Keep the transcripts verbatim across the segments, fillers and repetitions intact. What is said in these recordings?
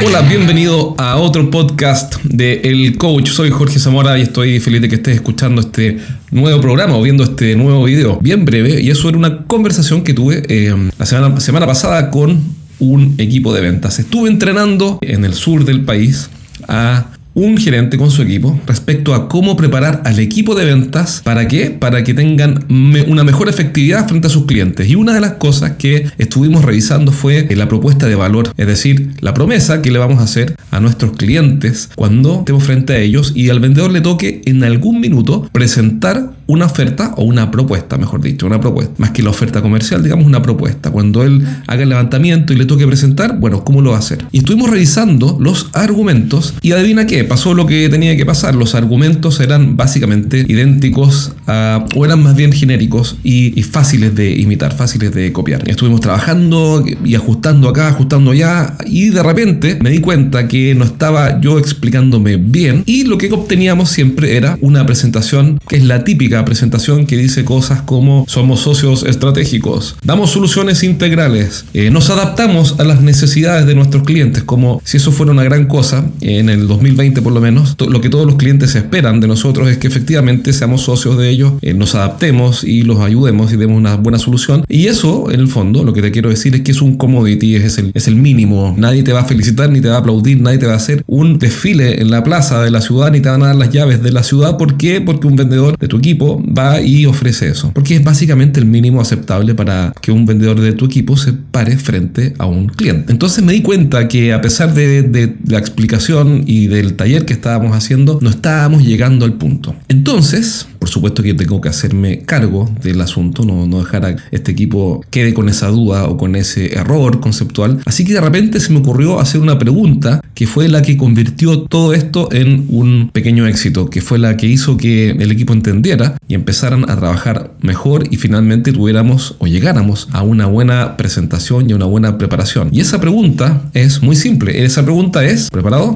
Hola, bienvenido a otro podcast de El Coach. Soy Jorge Zamora y estoy feliz de que estés escuchando este nuevo programa o viendo este nuevo video. Bien breve, y eso era una conversación que tuve eh, la semana, semana pasada con un equipo de ventas. Estuve entrenando en el sur del país a un gerente con su equipo respecto a cómo preparar al equipo de ventas. ¿Para qué? Para que tengan me- una mejor efectividad frente a sus clientes. Y una de las cosas que estuvimos revisando fue la propuesta de valor, es decir, la promesa que le vamos a hacer a nuestros clientes cuando estemos frente a ellos y al vendedor le toque en algún minuto presentar una oferta o una propuesta, mejor dicho, una propuesta. Más que la oferta comercial, digamos una propuesta. Cuando él haga el levantamiento y le toque presentar, bueno, ¿cómo lo va a hacer? Y estuvimos revisando los argumentos y adivina qué, pasó lo que tenía que pasar. Los argumentos eran básicamente idénticos a, o eran más bien genéricos y, y fáciles de imitar, fáciles de copiar. Y estuvimos trabajando y ajustando acá, ajustando allá y de repente me di cuenta que no estaba yo explicándome bien y lo que obteníamos siempre era una presentación que es la típica presentación que dice cosas como somos socios estratégicos, damos soluciones integrales, eh, nos adaptamos a las necesidades de nuestros clientes, como si eso fuera una gran cosa. En el dos mil veinte por lo menos, to- lo que todos los clientes esperan de nosotros es que efectivamente seamos socios de ellos, eh, nos adaptemos y los ayudemos y demos una buena solución. Y eso, en el fondo, lo que te quiero decir es que es un commodity, es el, es el mínimo. Nadie te va a felicitar, ni te va a aplaudir, nadie te va a hacer un desfile en la plaza de la ciudad, ni te van a dar las llaves de la ciudad. ¿Por qué? Porque un vendedor de tu equipo va y ofrece eso. Porque es básicamente el mínimo aceptable para que un vendedor de tu equipo se pare frente a un cliente. Entonces me di cuenta que a pesar de, de la explicación y del taller que estábamos haciendo, no estábamos llegando al punto. Entonces, por supuesto que tengo que hacerme cargo del asunto, no, no dejar a este equipo quede con esa duda o con ese error conceptual. Así que de repente se me ocurrió hacer una pregunta que fue la que convirtió todo esto en un pequeño éxito, que fue la que hizo que el equipo entendiera y empezaran a trabajar mejor y finalmente tuviéramos o llegáramos a una buena presentación y a una buena preparación. Y esa pregunta es muy simple. Esa pregunta es, ¿preparado?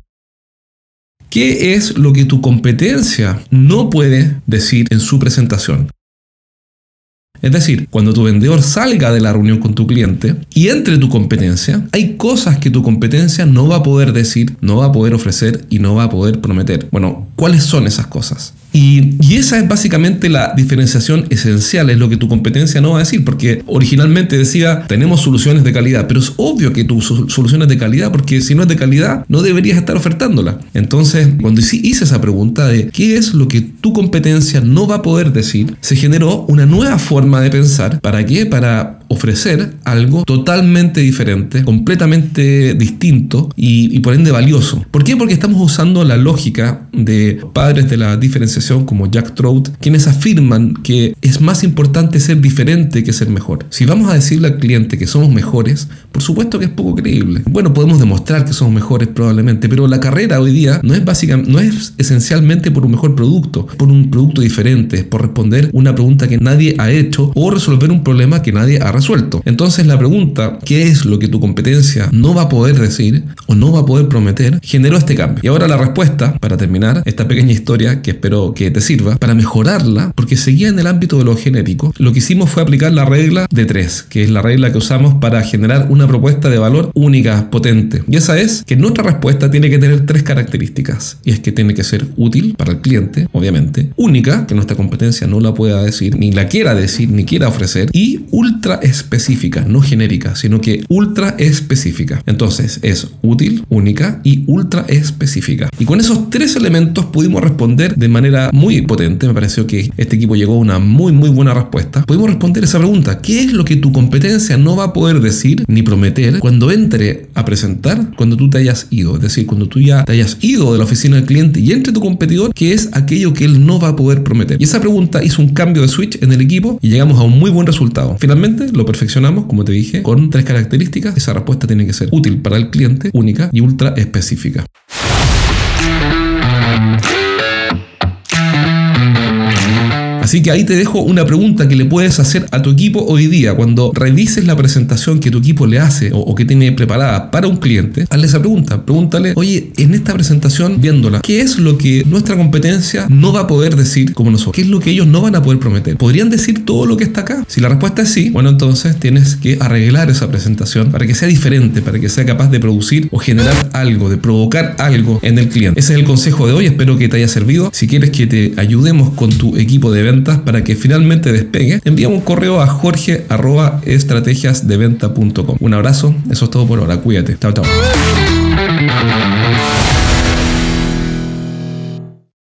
¿Qué es lo que tu competencia no puede decir en su presentación? Es decir, cuando tu vendedor salga de la reunión con tu cliente y entre tu competencia, hay cosas que tu competencia no va a poder decir, no va a poder ofrecer y no va a poder prometer. Bueno, ¿cuáles son esas cosas? Y, y esa es básicamente la diferenciación esencial, es lo que tu competencia no va a decir, porque originalmente decía, tenemos soluciones de calidad, pero es obvio que tu solución es de calidad, porque si no es de calidad, no deberías estar ofertándola. Entonces, cuando hice esa pregunta de qué es lo que tu competencia no va a poder decir, se generó una nueva forma de pensar. ¿Para qué? Para ofrecer algo totalmente diferente, completamente distinto y, y por ende valioso. ¿Por qué? Porque estamos usando la lógica de padres de la diferenciación como Jack Trout, quienes afirman que es más importante ser diferente que ser mejor. Si vamos a decirle al cliente que somos mejores, por supuesto que es poco creíble. Bueno, podemos demostrar que somos mejores probablemente, pero la carrera hoy día no es básicamente, no es esencialmente por un mejor producto, por un producto diferente, por responder una pregunta que nadie ha hecho o resolver un problema que nadie ha resuelto. Entonces la pregunta, ¿qué es lo que tu competencia no va a poder decir o no va a poder prometer? Generó este cambio. Y ahora la respuesta, para terminar esta pequeña historia que espero que te sirva, para mejorarla, porque seguía en el ámbito de lo genérico, lo que hicimos fue aplicar la regla de tres, que es la regla que usamos para generar una propuesta de valor única, potente. Y esa es que nuestra respuesta tiene que tener tres características. Y es que tiene que ser útil para el cliente, obviamente, única, que nuestra competencia no la pueda decir, ni la quiera decir, ni quiera ofrecer, y ultra específica, no genérica, sino que ultra específica. Entonces es útil, única y ultra específica. Y con esos tres elementos pudimos responder de manera muy potente. Me pareció que este equipo llegó a una muy muy buena respuesta. Pudimos responder esa pregunta: ¿qué es lo que tu competencia no va a poder decir ni prometer cuando entre a presentar cuando tú te hayas ido? Es decir, cuando tú ya te hayas ido de la oficina del cliente y entre tu competidor, ¿qué es aquello que él no va a poder prometer? Y esa pregunta hizo un cambio de switch en el equipo y llegamos a un muy buen resultado. Finalmente lo perfeccionamos, como te dije, con tres características. Esa respuesta tiene que ser útil para el cliente, única y ultra específica. Así que ahí te dejo una pregunta que le puedes hacer a tu equipo hoy día. Cuando revises la presentación que tu equipo le hace o, o que tiene preparada para un cliente, hazle esa pregunta. Pregúntale, oye, en esta presentación, viéndola, ¿qué es lo que nuestra competencia no va a poder decir como nosotros? ¿Qué es lo que ellos no van a poder prometer? ¿Podrían decir todo lo que está acá? Si la respuesta es sí, bueno, entonces tienes que arreglar esa presentación para que sea diferente, para que sea capaz de producir o generar algo, de provocar algo en el cliente. Ese es el consejo de hoy, espero que te haya servido. Si quieres que te ayudemos con tu equipo de ventas para que finalmente despegue, envíame un correo a jorge arroba estrategiasdeventa punto com. Un abrazo, eso es todo por ahora, cuídate, chao chao.